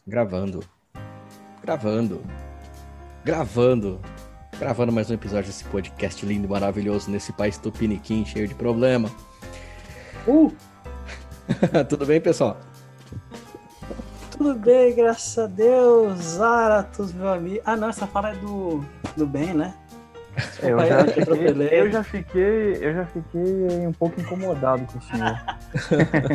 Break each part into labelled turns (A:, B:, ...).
A: Gravando, gravando, gravando, gravando mais um episódio desse podcast lindo e maravilhoso nesse país tupiniquim, cheio de problema. Tudo bem, pessoal?
B: Tudo bem, graças a Deus, Zaratus, meu amigo. Ah, não, essa fala é do bem, né?
C: Eu já fiquei um pouco incomodado com o senhor.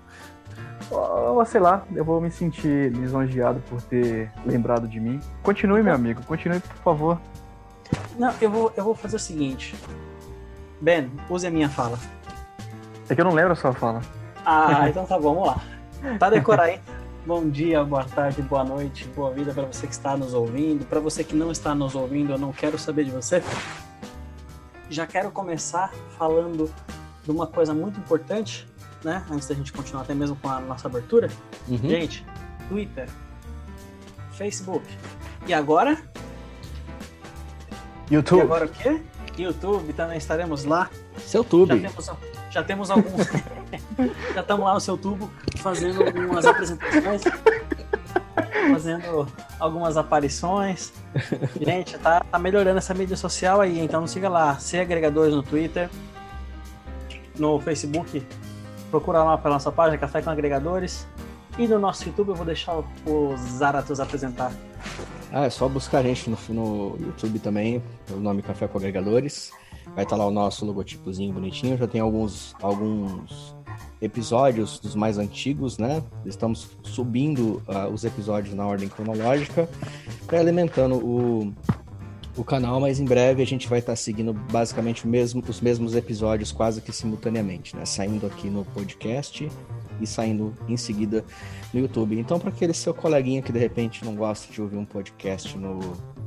C: Sei lá, eu vou me sentir lisonjeado por ter lembrado de mim. Continue, meu amigo, continue, por favor.
B: Não, eu vou fazer o seguinte. Ben, use a minha fala.
C: É que eu não lembro a sua fala.
B: Ah, então tá bom, vamos lá. Tá decorar aí. Bom dia, boa tarde, boa noite, boa vida para você que está nos ouvindo. Para você que não está nos ouvindo, eu não quero saber de você. Já quero começar falando de uma coisa muito importante, né? Antes da gente continuar até mesmo com a nossa abertura. Gente, Twitter, Facebook. E agora?
C: YouTube.
B: E agora o quê? YouTube, também estaremos lá.
A: Seu tube.
B: Já temos alguns. Já estamos lá no seu tubo fazendo algumas apresentações, fazendo algumas aparições. Gente, tá melhorando essa mídia social aí, então nos siga lá. Ser agregadores no Twitter, no Facebook, procura lá pela nossa página Café com Agregadores. E no nosso YouTube eu vou deixar o Zaratus apresentar.
A: É só buscar a gente no YouTube também, pelo nome Café com Agregadores. Vai estar lá o nosso logotipozinho bonitinho. Já tem alguns episódios dos mais antigos, né? Estamos subindo os episódios na ordem cronológica, alimentando o canal, mas em breve a gente vai estar seguindo basicamente os mesmos episódios quase que simultaneamente, né? Saindo aqui no podcast e saindo em seguida no YouTube. Então, para aquele seu coleguinha que de repente não gosta de ouvir um podcast no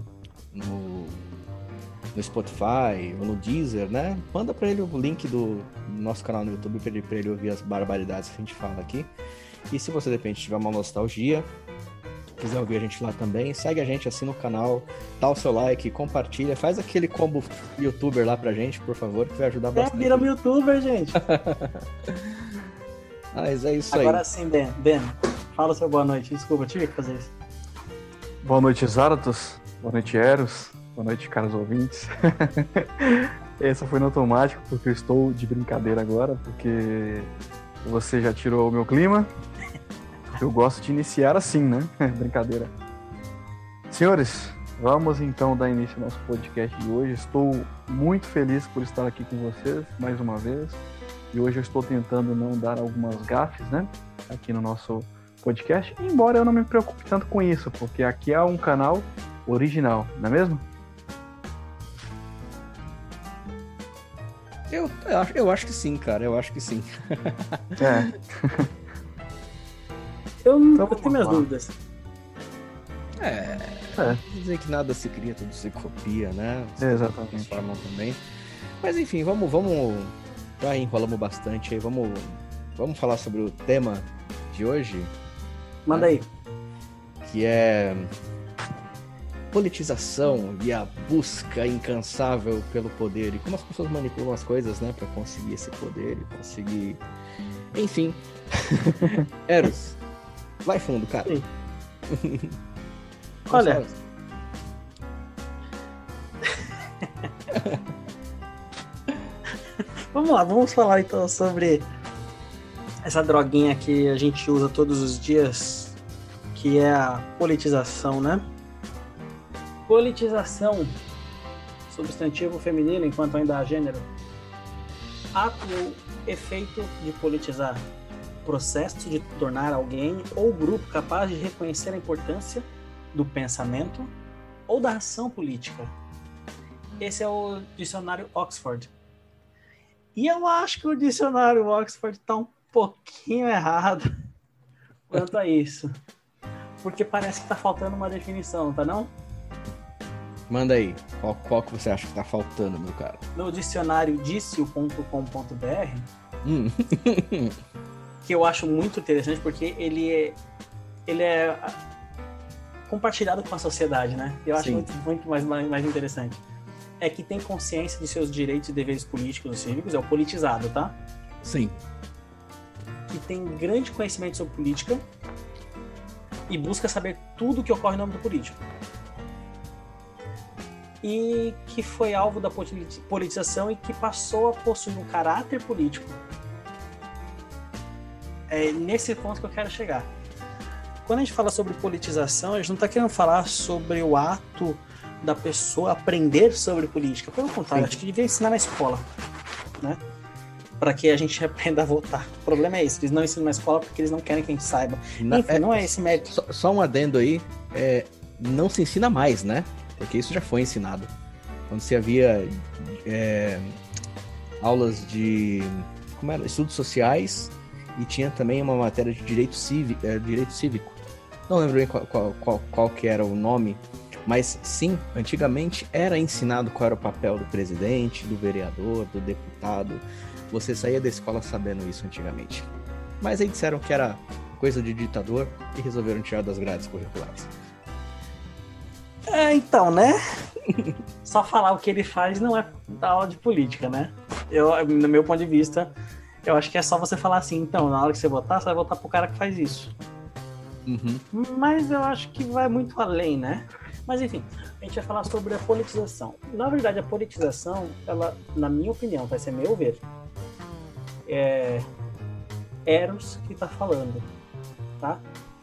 A: Spotify ou no Deezer, né? Manda para ele o link do nosso canal no YouTube para ele ouvir as barbaridades que a gente fala aqui. E se você de repente tiver uma nostalgia, quiser ouvir a gente lá também, segue a gente, assina o canal, dá o seu like, compartilha, faz aquele combo youtuber lá pra gente, por favor, que vai ajudar bastante.
B: Vira um youtuber, gente.
A: Mas é isso aí.
B: Agora sim, Ben, fala o seu boa noite. Desculpa, eu tive que fazer isso.
C: Boa noite, Zaratus. Boa noite, Eros. Boa noite, caros ouvintes. Essa foi no automático, porque eu estou de brincadeira agora, porque você já tirou o meu clima. Eu gosto de iniciar assim, né? Brincadeira. Senhores, vamos então dar início ao nosso podcast de hoje. Estou muito feliz por estar aqui com vocês mais uma vez. E hoje eu estou tentando não dar algumas gafes, né? Aqui no nosso podcast. Embora eu não me preocupe tanto com isso, porque aqui é um canal original, não é mesmo?
A: Eu acho que sim, cara. Eu acho que sim.
C: É.
B: Eu tenho minhas dúvidas.
A: Dizer que nada se cria, tudo se copia, né?
C: Exatamente.
A: Transformam também. Mas enfim, vamos. Já enrolamos bastante aí. Vamos falar sobre o tema de hoje.
B: Manda aí.
A: Que é politização e a busca incansável pelo poder. E como as pessoas manipulam as coisas, né? Pra conseguir esse poder e conseguir... Enfim. Eros, vai fundo, cara.
B: Olha... Vamos lá, vamos falar então sobre essa droguinha que a gente usa todos os dias, que é a politização, né? Politização, substantivo feminino enquanto ainda há gênero. Ato ou efeito de politizar, processo de tornar alguém ou grupo capaz de reconhecer a importância do pensamento ou da ação política. Esse é o dicionário Oxford. E eu acho que o dicionário Oxford está um pouquinho errado quanto a isso. Porque parece que está faltando uma definição, tá não?
A: Manda aí. Qual que você acha que está faltando, meu cara?
B: No dicionário dicio.com.br, que eu acho muito interessante porque ele é compartilhado com a sociedade, né? Eu acho muito mais interessante. É que tem consciência de seus direitos e deveres políticos e cívicos, é o politizado, tá?
A: Sim.
B: Que tem grande conhecimento sobre política, e busca saber tudo o que ocorre no âmbito político. E que foi alvo da politização e que passou a possuir um caráter político. É nesse ponto que eu quero chegar. Quando a gente fala sobre politização, a gente não está querendo falar sobre o ato da pessoa aprender sobre política. Pelo contrário, acho que devia ensinar na escola, né? Para que a gente aprenda a votar. O problema é esse, eles não ensinam na escola porque eles não querem que a gente saiba. Enfim, não é esse mérito.
A: Só um adendo aí, não se ensina mais, né? Porque isso já foi ensinado. Quando se havia aulas de estudos sociais e tinha também uma matéria de direito cívico. Não lembro bem qual que era o nome, mas sim, antigamente era ensinado qual era o papel do presidente, do vereador, do deputado. Você saía da escola sabendo isso antigamente. Mas aí disseram que era coisa de ditador e resolveram tirar das grades curriculares.
B: Então, né? Só falar o que ele faz não é da aula de política, né? No meu ponto de vista, eu acho que é só você falar assim, então, na hora que você votar, você vai votar pro cara que faz isso.
A: Uhum.
B: Mas eu acho que vai muito além, né? Mas enfim, a gente vai falar sobre a politização. Na verdade, a politização, ela, na minha opinião, vai ser meu ver, é Eros que tá falando, tá?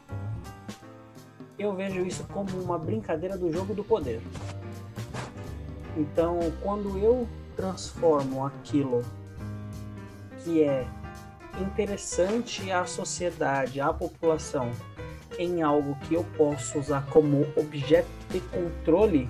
B: Eu vejo isso como uma brincadeira do jogo do poder. Então, quando eu transformo aquilo que é interessante à sociedade, à população, em algo que eu posso usar como objeto de controle,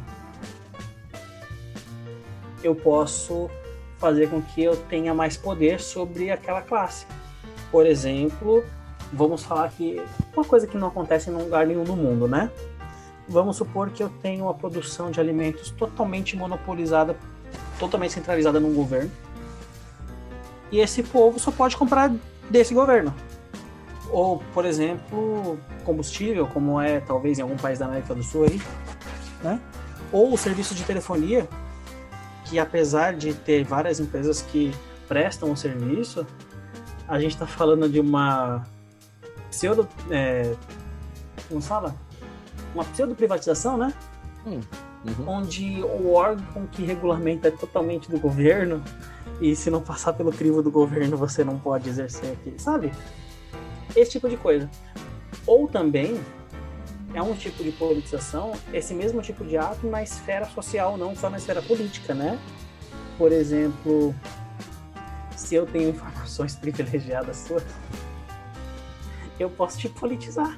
B: eu posso fazer com que eu tenha mais poder sobre aquela classe. Por exemplo, vamos falar que uma coisa que não acontece em lugar nenhum no mundo, né? Vamos supor que eu tenho uma produção de alimentos totalmente monopolizada, totalmente centralizada num governo, e esse povo só pode comprar desse governo. Ou, por exemplo, combustível, como é talvez em algum país da América do Sul aí, né? Ou o serviço de telefonia, que apesar de ter várias empresas que prestam o serviço, a gente está falando de uma como fala? Uma pseudo-privatização, né?
A: Uhum.
B: Onde o órgão que regulamenta é totalmente do governo, e se não passar pelo crivo do governo você não pode exercer aqui, sabe? Esse tipo de coisa. Ou também é um tipo de politização, esse mesmo tipo de ato na esfera social, não só na esfera política, né? Por exemplo, se eu tenho informações privilegiadas suas, eu posso te politizar.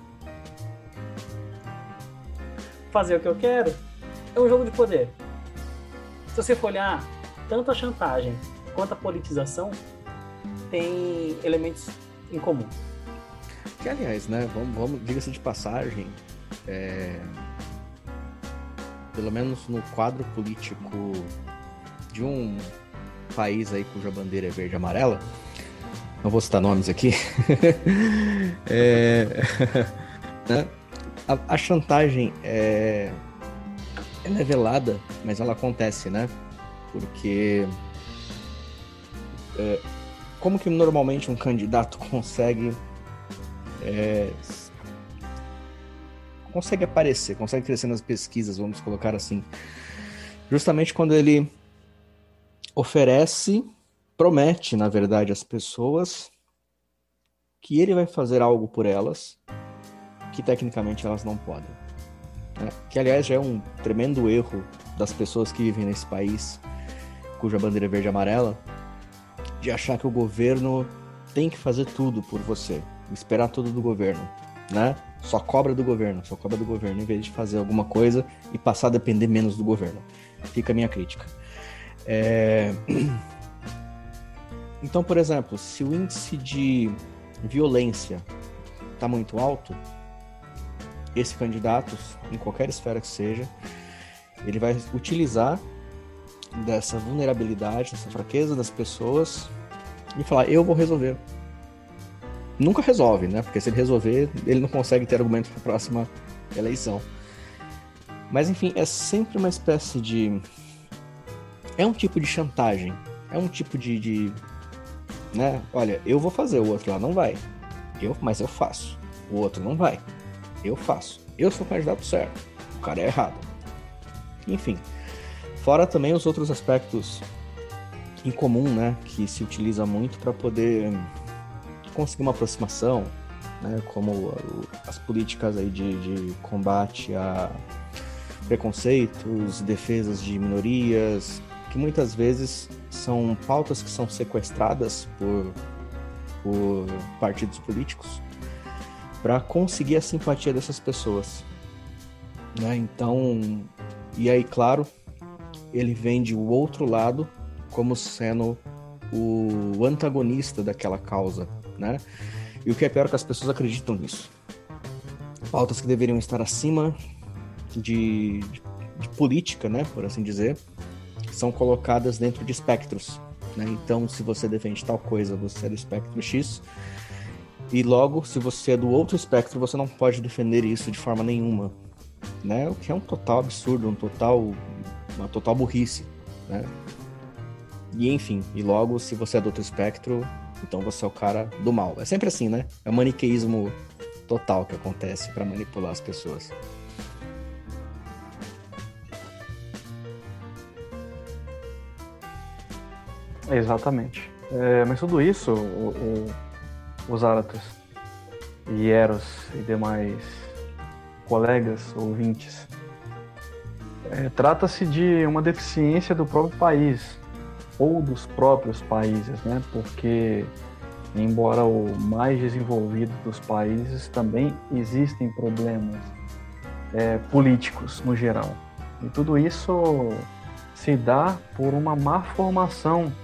B: Fazer o que eu quero. É um jogo de poder. Se você for olhar, tanto a chantagem quanto a politização tem elementos em comum.
A: Que, aliás, né, vamos diga-se de passagem, pelo menos no quadro político de um país aí cuja bandeira é verde e amarela, não vou citar nomes aqui, né, a chantagem ela é velada, mas ela acontece, né? Porque como que normalmente um candidato consegue aparecer, consegue crescer nas pesquisas, vamos colocar assim, justamente quando ele promete, na verdade, às pessoas que ele vai fazer algo por elas que tecnicamente elas não podem, né? Que aliás já é um tremendo erro das pessoas que vivem nesse país cuja bandeira é verde e amarela, de achar que o governo tem que fazer tudo por você, esperar tudo do governo, né? Só cobra do governo, em vez de fazer alguma coisa e passar a depender menos do governo. Fica a minha crítica. Então, por exemplo, se o índice de violência está muito alto, esse candidato, em qualquer esfera que seja, ele vai utilizar dessa vulnerabilidade, dessa fraqueza das pessoas e falar, eu vou resolver. Nunca resolve, né? Porque se ele resolver, ele não consegue ter argumento para a próxima eleição. Mas, enfim, é sempre uma espécie de... É um tipo de chantagem. É um tipo de... Né? Olha, eu vou fazer, o outro lá não vai. Mas eu faço. O outro não vai. eu faço. Eu sou o candidato certo, o cara é errado. Enfim, fora também os outros aspectos em comum, né, que se utiliza muito para poder conseguir uma aproximação, né, como as políticas aí de combate a preconceitos, defesas de minorias, que muitas vezes são pautas que são sequestradas por partidos políticos para conseguir a simpatia dessas pessoas, né? Então, e aí, claro, ele vende o outro lado como sendo o antagonista daquela causa, né? E o que é pior é que as pessoas acreditam nisso. Pautas que deveriam estar acima de política, né, por assim dizer, são colocadas dentro de espectros, né? Então, se você defende tal coisa, você é do espectro X, e logo, se você é do outro espectro, você não pode defender isso de forma nenhuma, né? O que é um total absurdo, uma total burrice, né? E enfim, e logo, se você é do outro espectro, então você é o cara do mal. É sempre assim, né? É o maniqueísmo total que acontece para manipular as pessoas.
C: Exatamente. Mas tudo isso, os Aratus e Eros e demais colegas, ouvintes, trata-se de uma deficiência do próprio país, ou dos próprios países, né? Porque, embora o mais desenvolvido dos países, também existem problemas políticos no geral. E tudo isso se dá por uma má formação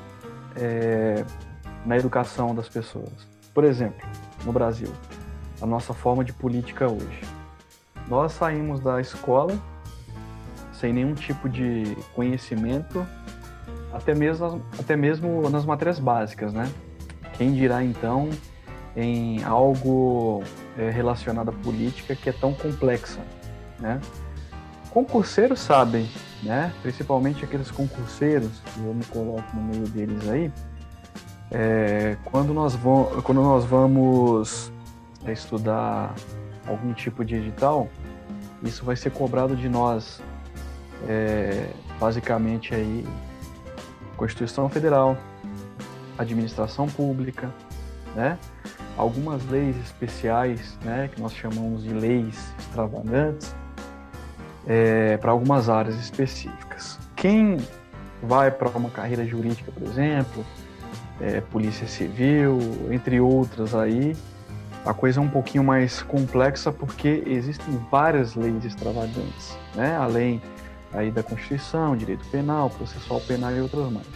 C: na educação das pessoas. Por exemplo, no Brasil, a nossa forma de política hoje. Nós saímos da escola sem nenhum tipo de conhecimento, até mesmo nas matérias básicas, né? Quem dirá, então, em algo relacionado à política que é tão complexa, né? Concurseiros sabem, né? Principalmente aqueles concurseiros, que eu me coloco no meio deles aí, quando nós vamos estudar algum tipo de edital, isso vai ser cobrado de nós, basicamente aí, Constituição Federal, Administração Pública, né? Algumas leis especiais, né, que nós chamamos de leis extravagantes, para algumas áreas específicas. Quem vai para uma carreira jurídica, por exemplo, Polícia Civil, entre outras aí, a coisa é um pouquinho mais complexa porque existem várias leis extravagantes, né? Além aí da Constituição, Direito Penal, Processual Penal e outras mais.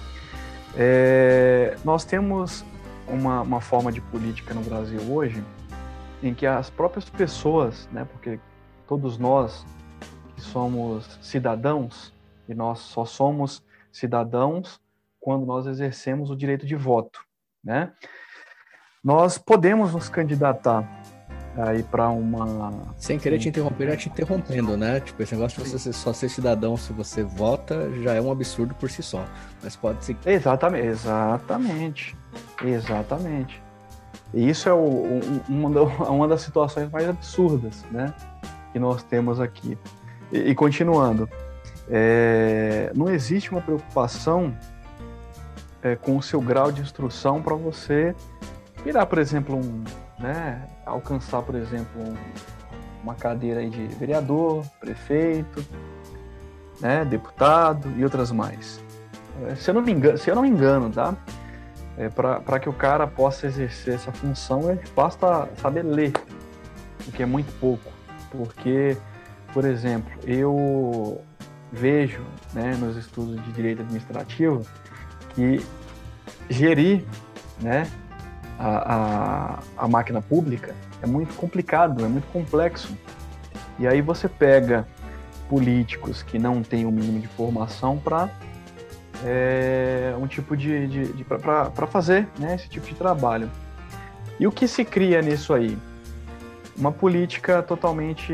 C: Nós temos uma forma de política no Brasil hoje em que as próprias pessoas, né, porque todos nós que somos cidadãos, e nós só somos cidadãos quando nós exercemos o direito de voto, né? Nós podemos nos candidatar aí para uma...
A: Sem querer te interromper, já te interrompendo, né? Tipo, esse negócio de você só ser cidadão se você vota já é um absurdo por si só. Mas pode ser...
C: Exatamente. E isso é uma das situações mais absurdas, né, que nós temos aqui. E continuando, não existe uma preocupação com o seu grau de instrução para você virar, por exemplo, alcançar, por exemplo, uma cadeira aí de vereador, prefeito, né, deputado e outras mais. Se eu não me engano, tá? Para que o cara possa exercer essa função, basta saber ler, o que é muito pouco. Porque, por exemplo, eu vejo, né, nos estudos de direito administrativo que gerir, né, a máquina pública é muito complicado, é muito complexo. E aí você pega políticos que não têm o mínimo de formação para um tipo para fazer, né, esse tipo de trabalho. E o que se cria nisso aí? Uma política totalmente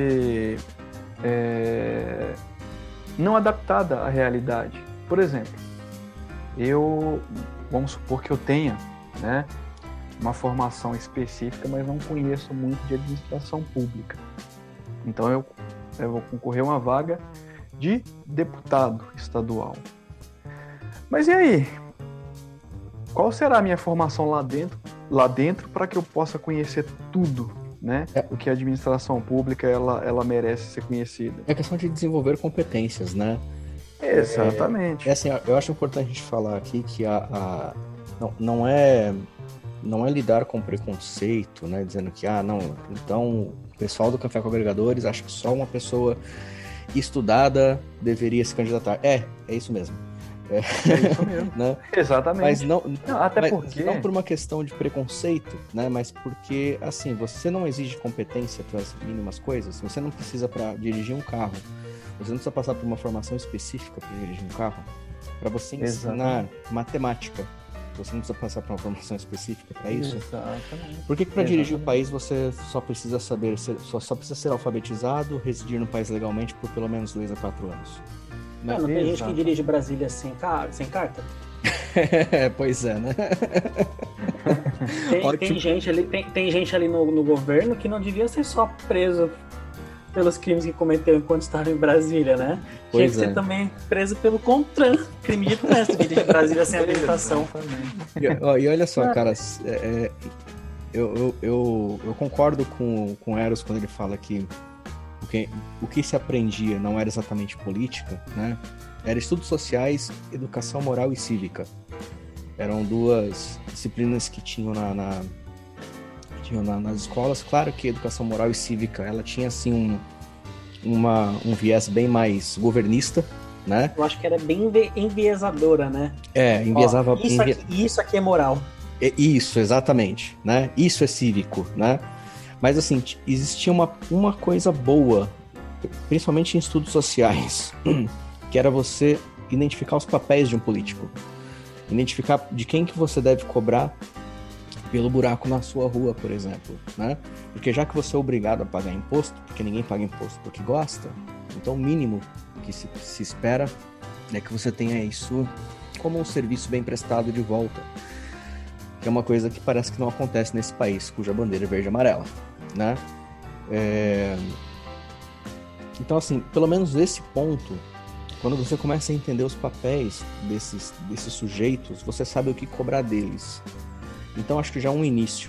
C: não adaptada à realidade. Por exemplo, vamos supor que eu tenha, né, uma formação específica, mas não conheço muito de administração pública. Então eu vou concorrer a uma vaga de deputado estadual. Mas e aí? Qual será a minha formação lá dentro para que eu possa conhecer tudo, né? O que a administração pública ela merece ser conhecida.
A: É questão de desenvolver competências, né?
C: Exatamente.
A: Assim, eu acho importante a gente falar aqui que não é lidar com preconceito, né? Dizendo que, então o pessoal do Café com Agregadores acha que só uma pessoa estudada deveria se candidatar. É isso mesmo.
C: É isso mesmo.
A: Né?
C: Exatamente.
A: Mas
C: porque...
A: não por uma questão de preconceito, né? Mas porque, assim, você não exige competência para as mínimas coisas. Você não precisa para dirigir um carro. Você não precisa passar por uma formação específica para dirigir um carro. Para você ensinar matemática, você não precisa passar por uma formação específica para isso.
C: Exatamente.
A: Por que para dirigir o país você só precisa saber, só precisa ser alfabetizado, residir no país legalmente por pelo menos 2 a 4 anos?
B: Não tem gente que dirige Brasília sem carta?
A: Pois é, né?
B: Tem gente ali no governo que não devia ser só preso pelos crimes que cometeu enquanto estava em Brasília, né? Tinha que ser também preso pelo CONTRAN, crime de trânsito, de dirigir Brasília sem habilitação.
A: E olha só, cara, eu concordo com o Eros quando ele fala que o que se aprendia não era exatamente política, né? Era estudos sociais, educação moral e cívica. Eram 2 disciplinas que tinham nas escolas. Claro que educação moral e cívica, ela tinha assim um viés bem mais governista, né?
B: Eu acho que era bem enviesadora, né?
A: Enviesava...
B: Isso aqui é moral.
A: Isso, exatamente, né? Isso é cívico, né? Mas, assim, existia uma coisa boa, principalmente em estudos sociais, que era você identificar os papéis de um político. Identificar de quem que você deve cobrar pelo buraco na sua rua, por exemplo, né? Porque já que você é obrigado a pagar imposto, porque ninguém paga imposto porque gosta, então o mínimo que se espera é que você tenha isso como um serviço bem prestado de volta. Que é uma coisa que parece que não acontece nesse país, cuja bandeira é verde e amarela, né? Então, assim, pelo menos esse ponto, quando você começa a entender os papéis desses sujeitos, você sabe o que cobrar deles. Então, acho que já é um início.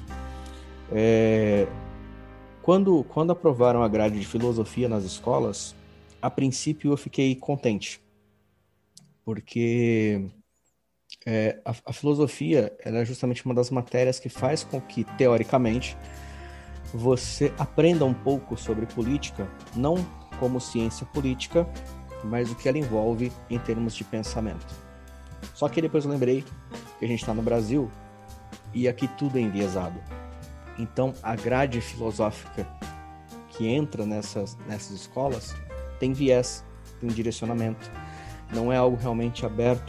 A: Quando aprovaram a grade de filosofia nas escolas, a princípio eu fiquei contente, porque... a filosofia ela é justamente uma das matérias que faz com que, teoricamente, você aprenda um pouco sobre política, não como ciência política, mas o que ela envolve em termos de pensamento. Só que depois eu lembrei que a gente está no Brasil e aqui tudo é enviesado. Então, a grade filosófica que entra nessas escolas tem viés, tem direcionamento. Não é algo realmente aberto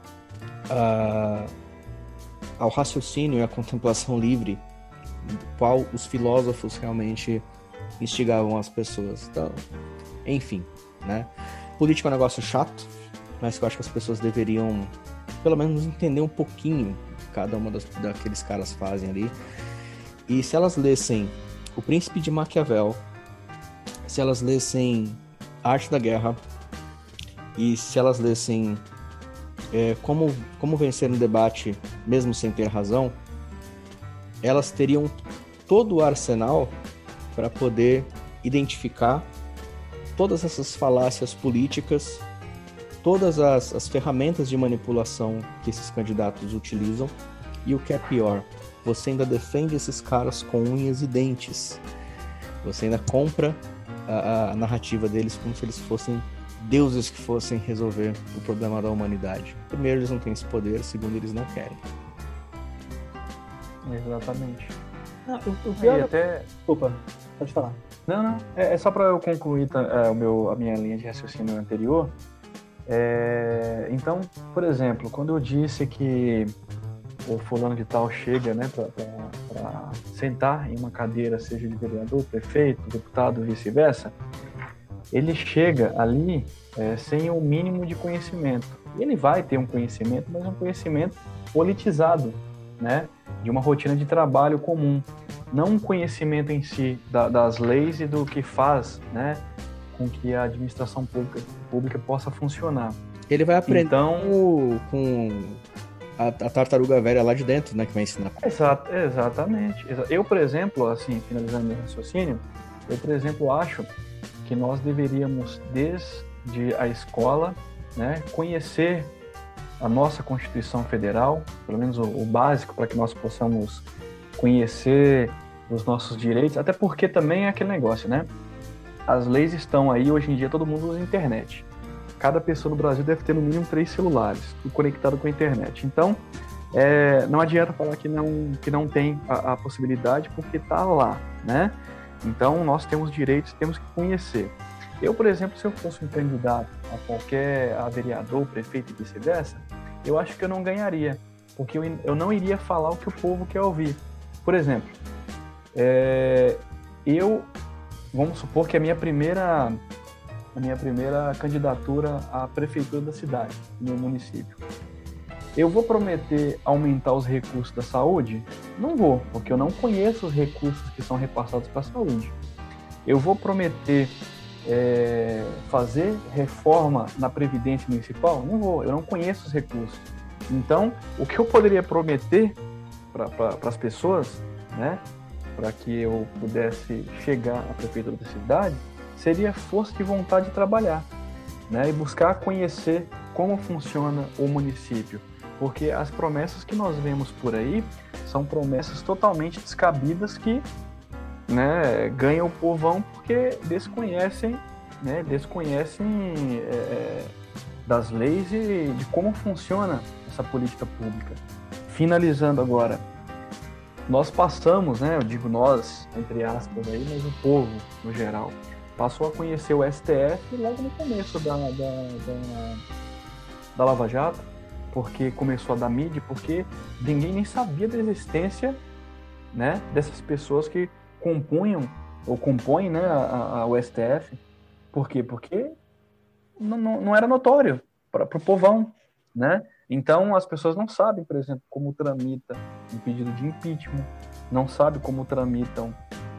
A: ao raciocínio e à contemplação livre, do qual os filósofos realmente instigavam as pessoas. Então, enfim, né? Política é um negócio chato, mas que eu acho que as pessoas deveriam, pelo menos, entender um pouquinho o que cada uma daqueles caras fazem ali. E se elas lessem O Príncipe de Maquiavel, se elas lessem Arte da Guerra, e se elas lessem como vencer um debate mesmo sem ter razão, elas teriam todo o arsenal para poder identificar todas essas falácias políticas, todas as ferramentas de manipulação que esses candidatos utilizam, e o que é pior, você ainda defende esses caras com unhas e dentes. Você ainda compra a narrativa deles como se eles fossem deuses que fossem resolver o problema da humanidade. Primeiro, eles não têm esse poder. Segundo, eles não querem.
C: Exatamente.
B: Não, o pior
C: até...
B: Desculpa, pode falar.
C: Não. É só para eu concluir a minha linha de raciocínio anterior. Então, por exemplo, quando eu disse que o fulano de tal chega, né, para sentar em uma cadeira, seja de vereador, prefeito, deputado, vice-versa, ele chega ali sem o mínimo de conhecimento. Ele vai ter um conhecimento, mas um conhecimento politizado. né, de uma rotina de trabalho comum, não um conhecimento em si das leis e do que faz, né, com que a administração pública possa funcionar.
A: Ele vai aprender
C: então,
A: com a tartaruga velha lá de dentro, né, que vai ensinar.
C: Exatamente. Eu, por exemplo, assim, finalizando meu raciocínio, eu, por exemplo, acho que nós deveríamos, desde a escola, né, conhecer a nossa Constituição Federal, pelo menos o básico, para que nós possamos conhecer os nossos direitos, até porque também é aquele negócio, né? As leis estão aí, hoje em dia todo mundo usa a internet. Cada pessoa no Brasil deve ter no mínimo 3 celulares, tudo conectado com a internet. Então, não adianta falar que não tem a possibilidade, porque está lá, né? Então, nós temos direitos, temos que conhecer. Eu, por exemplo, se eu fosse um candidato a vereador, prefeito e vice-versa, eu acho que eu não ganharia, porque eu não iria falar o que o povo quer ouvir. Por exemplo, vamos supor que a minha primeira candidatura à prefeitura da cidade, no município. Eu vou prometer aumentar os recursos da saúde? Não vou, porque eu não conheço os recursos que são repassados para a saúde. Eu vou prometer fazer reforma na Previdência Municipal? Não vou, eu não conheço os recursos. Então, o que eu poderia prometer para as pessoas, né, para que eu pudesse chegar à prefeitura da cidade, seria força de vontade de trabalhar, né, e buscar conhecer como funciona o município. Porque as promessas que nós vemos por aí são promessas totalmente descabidas que, né, ganham o povão porque desconhecem das leis e de como funciona essa política pública. Finalizando agora, nós passamos, né, eu digo nós, entre aspas, aí, mas o povo, no geral, passou a conhecer o STF logo no começo da Lava Jato, porque começou a dar mídia, porque ninguém nem sabia da existência, né, dessas pessoas que compõem, né, o STF. Por quê? Porque não era notório para o povão, né? Então as pessoas não sabem, por exemplo, como tramita um pedido de impeachment, não sabem como tramitam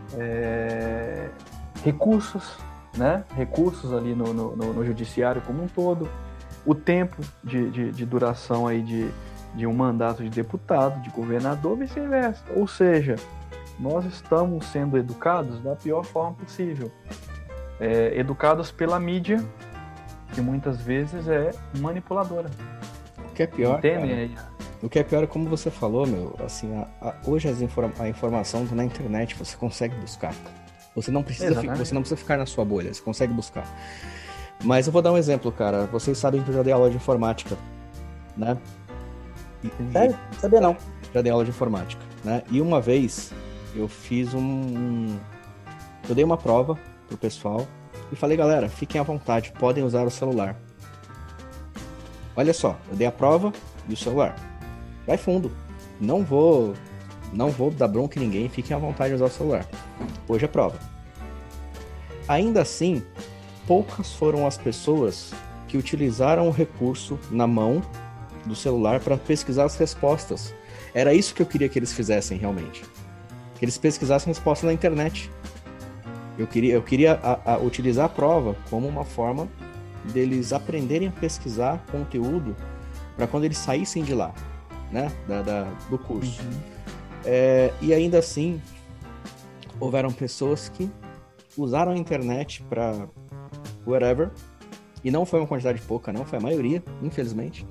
C: recursos, né? Recursos ali no judiciário como um todo, o tempo de duração aí de um mandato de deputado, de governador, vice-versa. Ou seja, nós estamos sendo educados da pior forma possível. Educados pela mídia, que muitas vezes é manipuladora.
A: O que é pior,
C: entendem?
A: O que é pior é como você falou, meu, assim, hoje a informação está na internet, você consegue buscar. Você não precisa ficar na sua bolha, você consegue buscar. Mas eu vou dar um exemplo, cara. Vocês sabem que eu já dei aula de informática, né?
B: Sério? Sabia não.
A: Já dei aula de informática, né? E uma vez eu fiz eu dei uma prova pro pessoal e falei, galera, fiquem à vontade, podem usar o celular. Olha só, eu dei a prova e o celular. Vai fundo. Não vou dar bronca em ninguém, fiquem à vontade de usar o celular. Hoje é prova. Ainda assim, poucas foram as pessoas que utilizaram o recurso na mão do celular para pesquisar as respostas. Era isso que eu queria que eles fizessem realmente. Que eles pesquisassem respostas na internet. Eu queria utilizar a prova como uma forma deles aprenderem a pesquisar conteúdo para quando eles saíssem de lá, né, do curso. E ainda assim, houveram pessoas que usaram a internet para whatever, e não foi uma quantidade pouca, não, foi a maioria, infelizmente,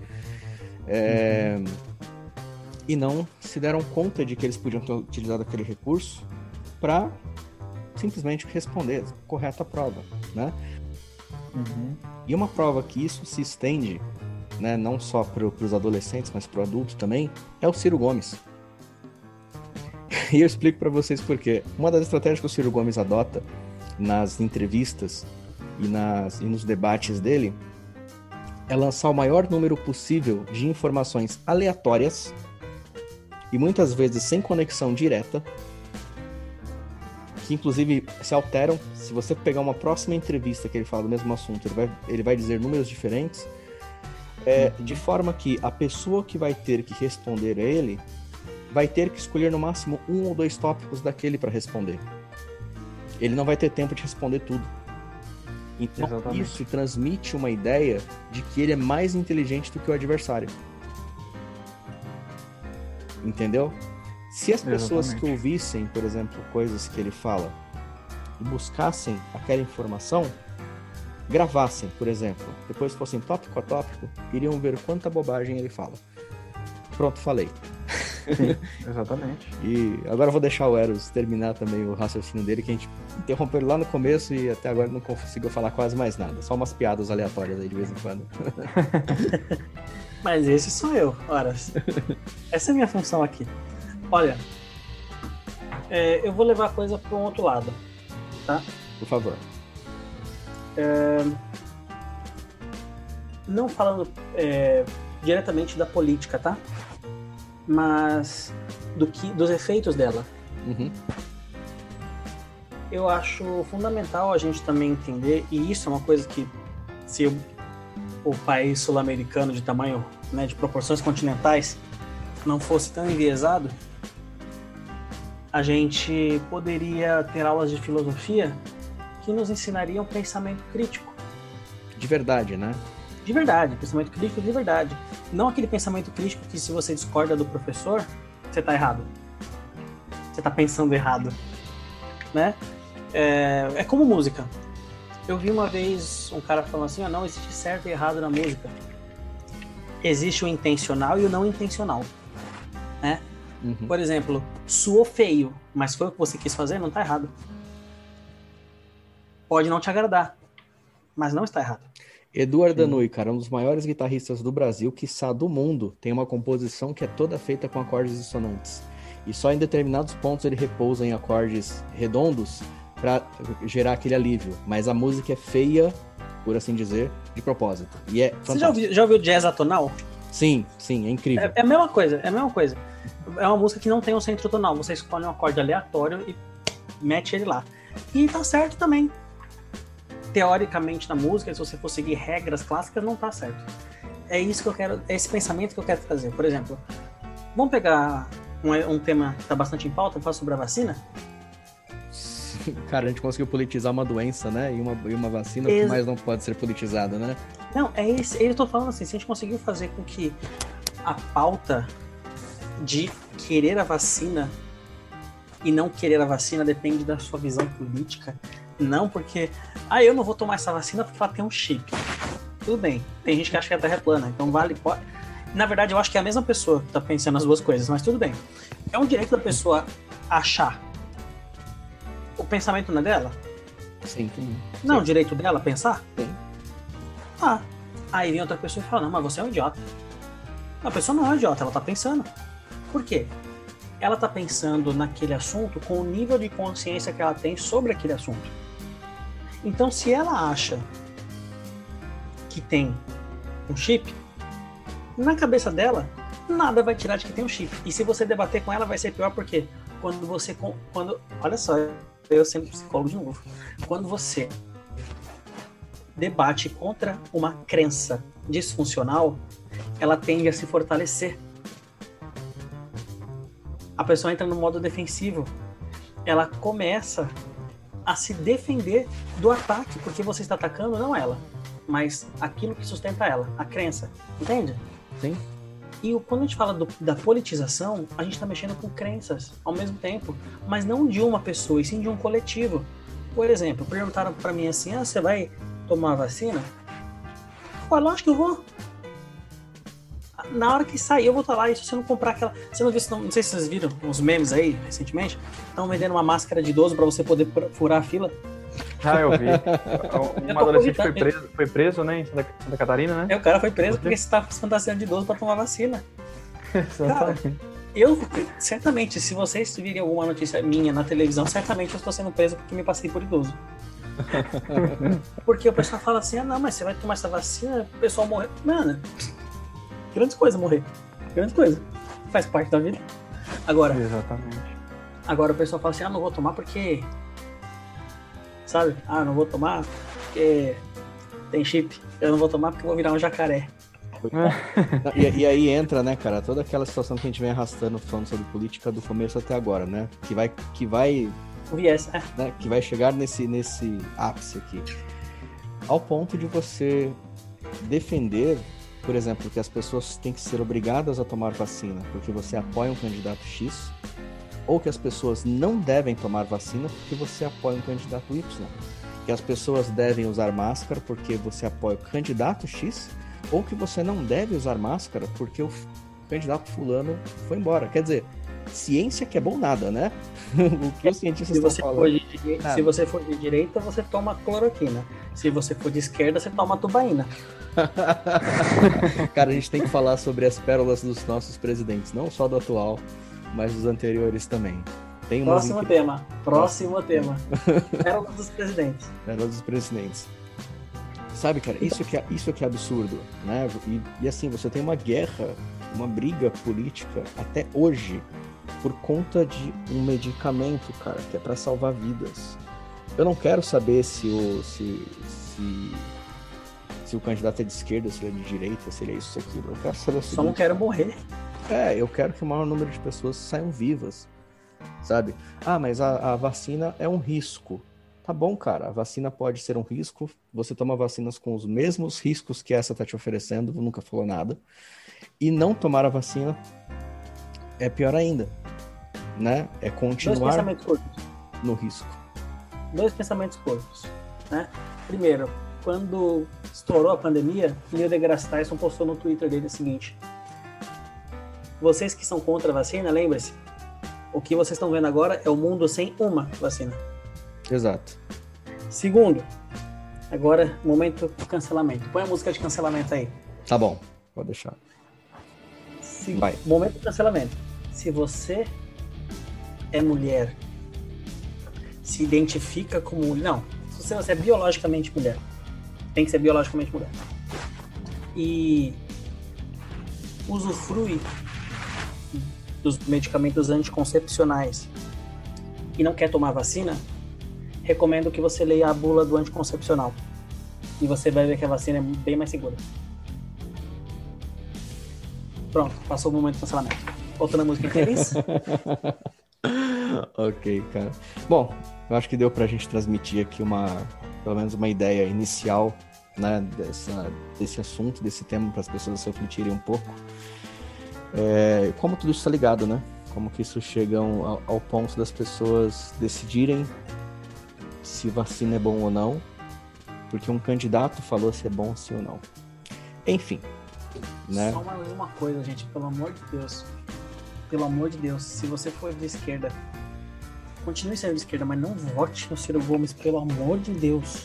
A: e não se deram conta de que eles podiam ter utilizado aquele recurso para simplesmente responder correto a prova, né? E uma prova que isso se estende, né, não só para os adolescentes, mas para o adulto também, é o Ciro Gomes. E eu explico para vocês por quê. Uma das estratégias que o Ciro Gomes adota nas entrevistas e nos debates dele é lançar o maior número possível de informações aleatórias e muitas vezes sem conexão direta, que inclusive se alteram. Se você pegar uma próxima entrevista que ele fala do mesmo assunto, ele vai dizer números diferentes, de forma que a pessoa que vai ter que responder a ele vai ter que escolher no máximo 1 ou 2 tópicos daquele para responder. Ele não vai ter tempo de responder tudo. Então,
C: Exatamente.
A: isso transmite uma ideia de que ele é mais inteligente do que o adversário. Entendeu? Se as pessoas
C: Exatamente.
A: que ouvissem, por exemplo, coisas que ele fala e buscassem aquela informação, gravassem, por exemplo, depois fossem tópico a tópico, iriam ver quanta bobagem ele fala. Pronto, falei.
C: Sim, exatamente.
A: E agora eu vou deixar o Eros terminar também o raciocínio dele, que a gente interrompeu ele lá no começo e até agora não conseguiu falar quase mais nada. Só umas piadas aleatórias aí de vez em quando.
B: Mas esse sou eu, horas. Essa é a minha função aqui. Olha, eu vou levar a coisa para um outro lado, tá?
A: Por favor.
B: Não falando diretamente da política, tá? Mas dos efeitos dela.
A: Uhum.
B: Eu acho fundamental a gente também entender, e isso é uma coisa que, se o país sul-americano de tamanho, né, de proporções continentais, não fosse tão enviesado, a gente poderia ter aulas de filosofia que nos ensinariam pensamento crítico.
A: De verdade, né?
B: De verdade, pensamento crítico de verdade. Não aquele pensamento crítico que, se você discorda do professor, você tá errado. Você tá pensando errado. Né? É como música. Eu vi uma vez um cara falando assim, não existe certo e errado na música. Existe o intencional e o não intencional. Né?
A: Uhum.
B: Por exemplo, soou feio, mas foi o que você quis fazer, não tá errado. Pode não te agradar, mas não está errado.
A: Eduardo Danui, cara, um dos maiores guitarristas do Brasil, quiçá do mundo, tem uma composição que é toda feita com acordes dissonantes. E só em determinados pontos ele repousa em acordes redondos para gerar aquele alívio. Mas a música é feia, por assim dizer, de propósito. E é fantástico.
B: Você já ouviu jazz atonal?
A: Sim, é incrível.
B: É a mesma coisa, é a mesma coisa. É uma música que não tem um centro tonal. Você escolhe um acorde aleatório e mete ele lá. E tá certo também. Teoricamente, na música, se você for seguir regras clássicas, não tá certo. É isso que eu quero, é esse pensamento que eu quero trazer. Por exemplo, vamos pegar um tema que tá bastante em pauta, falar sobre a vacina?
A: Cara, a gente conseguiu politizar uma doença, né? E uma vacina, o que mais não pode ser politizada, né?
B: Não, é isso. Eu tô falando assim, se a gente conseguiu fazer com que a pauta de querer a vacina e não querer a vacina depende da sua visão política. Não porque, eu não vou tomar essa vacina porque ela tem um chip. Tudo bem, tem gente que acha que a Terra é plana, então pode. Na verdade, eu acho que é a mesma pessoa que tá pensando nas duas coisas, mas tudo bem. É um direito da pessoa achar. O pensamento não é dela?
A: Sim.
B: Não, o direito dela pensar?
A: Sim.
B: Aí vem outra pessoa e fala, não, mas você é um idiota. A pessoa não é um idiota, ela tá pensando. Por quê? Ela tá pensando naquele assunto com o nível de consciência que ela tem sobre aquele assunto. Então, se ela acha que tem um chip, na cabeça dela, nada vai tirar de que tem um chip. E se você debater com ela, vai ser pior, porque olha só, eu sempre psicólogo de novo. Quando você debate contra uma crença disfuncional, ela tende a se fortalecer. A pessoa entra no modo defensivo. Ela começa a se defender do ataque, porque você está atacando não ela, mas aquilo que sustenta ela, a crença. Entende?
A: Sim.
B: E quando a gente fala da politização, a gente está mexendo com crenças ao mesmo tempo, mas não de uma pessoa, e sim de um coletivo. Por exemplo, perguntaram para mim assim, você vai tomar a vacina? Pô, lógico que eu vou. Na hora que sair, eu vou estar lá. E se você não comprar aquela... Você não viu, não sei se vocês viram uns memes aí, recentemente. Estão vendendo uma máscara de idoso para você poder furar a fila.
C: Eu vi. Um adolescente foi preso, né, em Santa Catarina, né?
B: O cara foi preso porque você está fantasiando de idoso para tomar vacina.
C: Exatamente.
B: Cara, certamente, se vocês virem alguma notícia minha na televisão, certamente eu estou sendo preso porque me passei por idoso. Porque o pessoal fala assim, não, mas você vai tomar essa vacina, o pessoal morrer. Mano, grandes coisas morrer. Grandes coisas. Faz parte da vida.
C: Exatamente.
B: Agora o pessoal fala assim, não vou tomar porque... Sabe? Não vou tomar porque tem chip. Eu não vou tomar porque eu vou virar um jacaré.
A: E aí entra, né, cara, toda aquela situação que a gente vem arrastando falando sobre política do começo até agora, né? Que vai
B: O viés,
A: né, que vai chegar nesse ápice aqui. Ao ponto de você defender, por exemplo, que as pessoas têm que ser obrigadas a tomar vacina porque você apoia um candidato X, ou que as pessoas não devem tomar vacina porque você apoia um candidato Y. Que as pessoas devem usar máscara porque você apoia o candidato X, ou que você não deve usar máscara porque o candidato fulano foi embora. Quer dizer, ciência que é bom nada, né? O que os cientistas estão falando.
B: Se você for de direita, você toma cloroquina. Se você for de esquerda, você toma tubaína.
A: Cara, a gente tem que falar sobre as pérolas dos nossos presidentes, não só do atual, mas dos anteriores também. Tem
B: Próximo tema. Pérolas dos presidentes.
A: Pérolas dos presidentes. Sabe, cara, isso que é absurdo, né? E assim, você tem uma guerra, uma briga política até hoje por conta de um medicamento, cara, que é pra salvar vidas. Eu não quero saber se o candidato é de esquerda, se ele é de direita, se ele é isso, se é aquilo. Eu quero saber
B: Só não quero morrer.
A: Eu quero que o maior número de pessoas saiam vivas, sabe? Ah, mas a vacina é um risco. Tá bom, cara, a vacina pode ser um risco, você toma vacinas com os mesmos riscos que essa tá te oferecendo, nunca falou nada, e não tomar a vacina é pior ainda, né? É continuar no risco.
B: 2 pensamentos curtos, né? Primeiro, quando estourou a pandemia, Neil deGrasse Tyson postou no Twitter dele o seguinte: vocês que são contra a vacina, lembre-se, o que vocês estão vendo agora é o mundo sem uma vacina.
A: Exato.
B: Segundo, agora, momento de cancelamento. Põe a música de cancelamento aí.
A: Tá bom, pode deixar. Vai.
B: Momento de cancelamento. Se você é mulher, se identifica como... Não, se você é biologicamente mulher, tem que ser biologicamente mulher, e usufrui dos medicamentos anticoncepcionais e não quer tomar vacina, recomendo que você leia a bula do anticoncepcional e você vai ver que a vacina é bem mais segura. Pronto, passou o momento de cancelamento. Voltando a música feliz.
A: Ok, cara. Bom, eu acho que deu pra gente transmitir aqui pelo menos uma ideia inicial, né, desse assunto, desse tema, para as pessoas se refletirem um pouco. Como tudo isso está ligado, né? Como que isso chega ao ponto das pessoas decidirem se vacina é bom ou não, porque um candidato falou se é bom sim ou não. Enfim, né?
B: Só mais uma coisa, gente, pelo amor de Deus. Pelo amor de Deus, se você for de esquerda, continue sendo de esquerda, mas não vote no Ciro Gomes, pelo amor de Deus.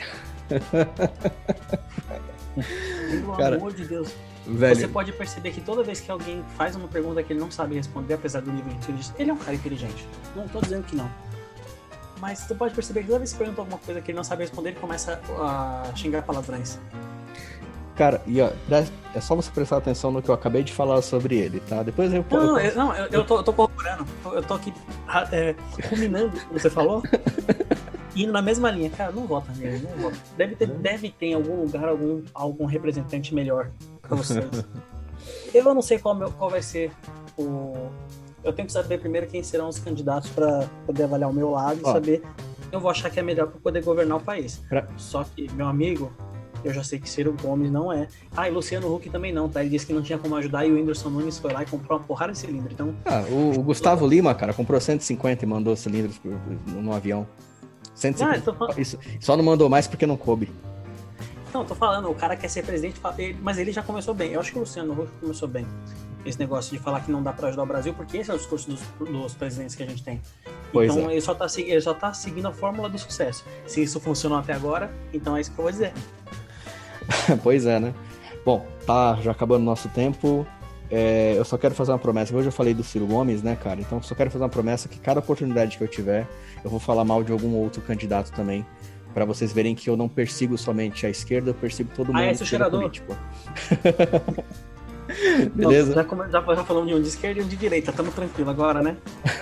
B: Pelo amor de Deus.
A: Velho.
B: Você pode perceber que toda vez que alguém faz uma pergunta que ele não sabe responder, apesar do nível de inteligência, ele é um cara inteligente. Não tô dizendo que não. Mas você pode perceber que toda vez que pergunta alguma coisa que ele não sabe responder, ele começa a xingar palavrões.
A: Cara, e ó, é só você prestar atenção no que eu acabei de falar sobre ele, tá? Depois eu...
B: Eu tô corroborando. Eu tô aqui ruminando o que você falou. Indo na mesma linha. Cara, não vota nele, não vota. Deve ter em algum lugar algum representante melhor pra vocês. Eu não sei qual vai ser o... Eu tenho que saber primeiro quem serão os candidatos pra poder avaliar o meu lado e saber quem eu vou achar que é melhor pra poder governar o país. Só que, meu amigo, eu já sei que Ciro Gomes não é. E Luciano Huck também não, tá? Ele disse que não tinha como ajudar e o Whindersson Nunes foi lá e comprou uma porrada de cilindro, então...
A: o Gustavo Lima, cara, comprou 150 e mandou cilindros no avião. 150. Isso, só não mandou mais porque não coube.
B: Não, tô falando, o cara quer ser presidente, mas ele já começou bem. Eu acho que o Luciano Huck começou bem. Esse negócio de falar que não dá pra ajudar o Brasil, porque esse é o discurso dos presidentes que a gente tem. Então ele só tá seguindo a fórmula do sucesso. Se isso funcionou até agora, então é isso que eu vou dizer.
A: Pois é, né? Bom, já acabando o nosso tempo. Eu só quero fazer uma promessa. Hoje eu falei do Ciro Gomes, né, cara? Então eu só quero fazer uma promessa que cada oportunidade que eu tiver, eu vou falar mal de algum outro candidato também. Pra vocês verem que eu não persigo somente a esquerda, eu persigo todo mundo.
B: Esse é o cheirador.
A: Político. Beleza?
B: Já falamos de um de esquerda e um de direita. Estamos tranquilo agora, né?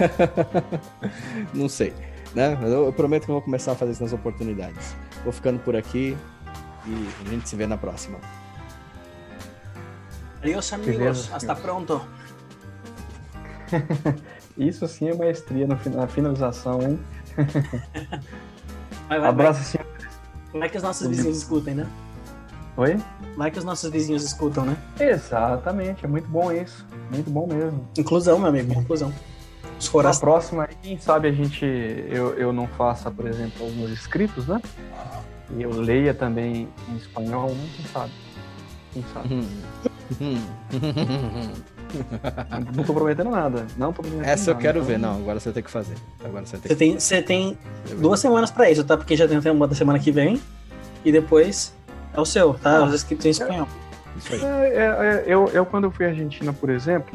A: Não sei, né? Eu prometo que eu vou começar a fazer isso nas oportunidades. Vou ficando por aqui e a gente se vê na próxima.
B: Adiós, amigos.
C: Beleza.
B: Hasta pronto.
C: Isso sim é maestria na finalização, hein?
B: Vai.
C: Abraço, senhor.
B: Vai que os nossos vizinhos escutem, né?
C: Oi?
B: Vai que os nossos vizinhos escutam, né?
C: Exatamente, é muito bom isso. Muito bom mesmo.
B: Inclusão, meu amigo, inclusão. Os
C: Na
B: forastados.
C: próxima, quem sabe eu não faça, por exemplo, alguns escritos, né? E eu leia também em espanhol, né? Quem sabe? Quem sabe? Não tô prometendo nada. Não tô prometendo
A: Essa eu
C: nada,
A: quero
C: então-
A: ver. Não, agora você tem que fazer. Agora você tem que
B: Você tem 2 semanas pra isso, tá? Porque já tem uma da semana que vem. E depois é o seu, tá? Os escritos em espanhol.
A: Isso aí.
C: Eu, quando eu fui à Argentina, por exemplo,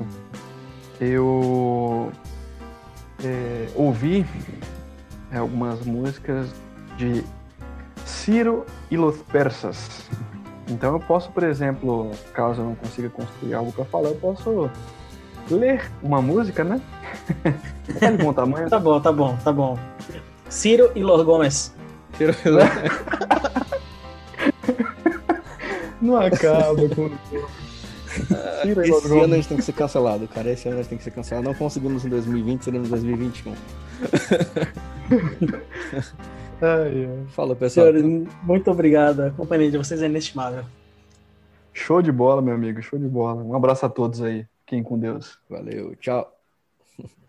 C: eu ouvi algumas músicas de Ciro e los Persas. Então eu posso, por exemplo, caso eu não consiga construir algo para falar, eu posso ler uma música, né? Tá de bom tamanho.
B: Tá bom. Ciro e Los Gomes.
C: Não acaba com... Ciro e los
A: Esse ano a
C: Gomes.
A: gente tem que ser cancelado, cara. Esse ano a gente tem que ser cancelado. Não conseguimos em 2020, seremos em 2021. Fala, pessoal.
B: Senhores, muito obrigado. A companhia de vocês é inestimável.
C: Show de bola, meu amigo, show de bola. Um abraço a todos aí. Fiquem com Deus.
A: Valeu, tchau.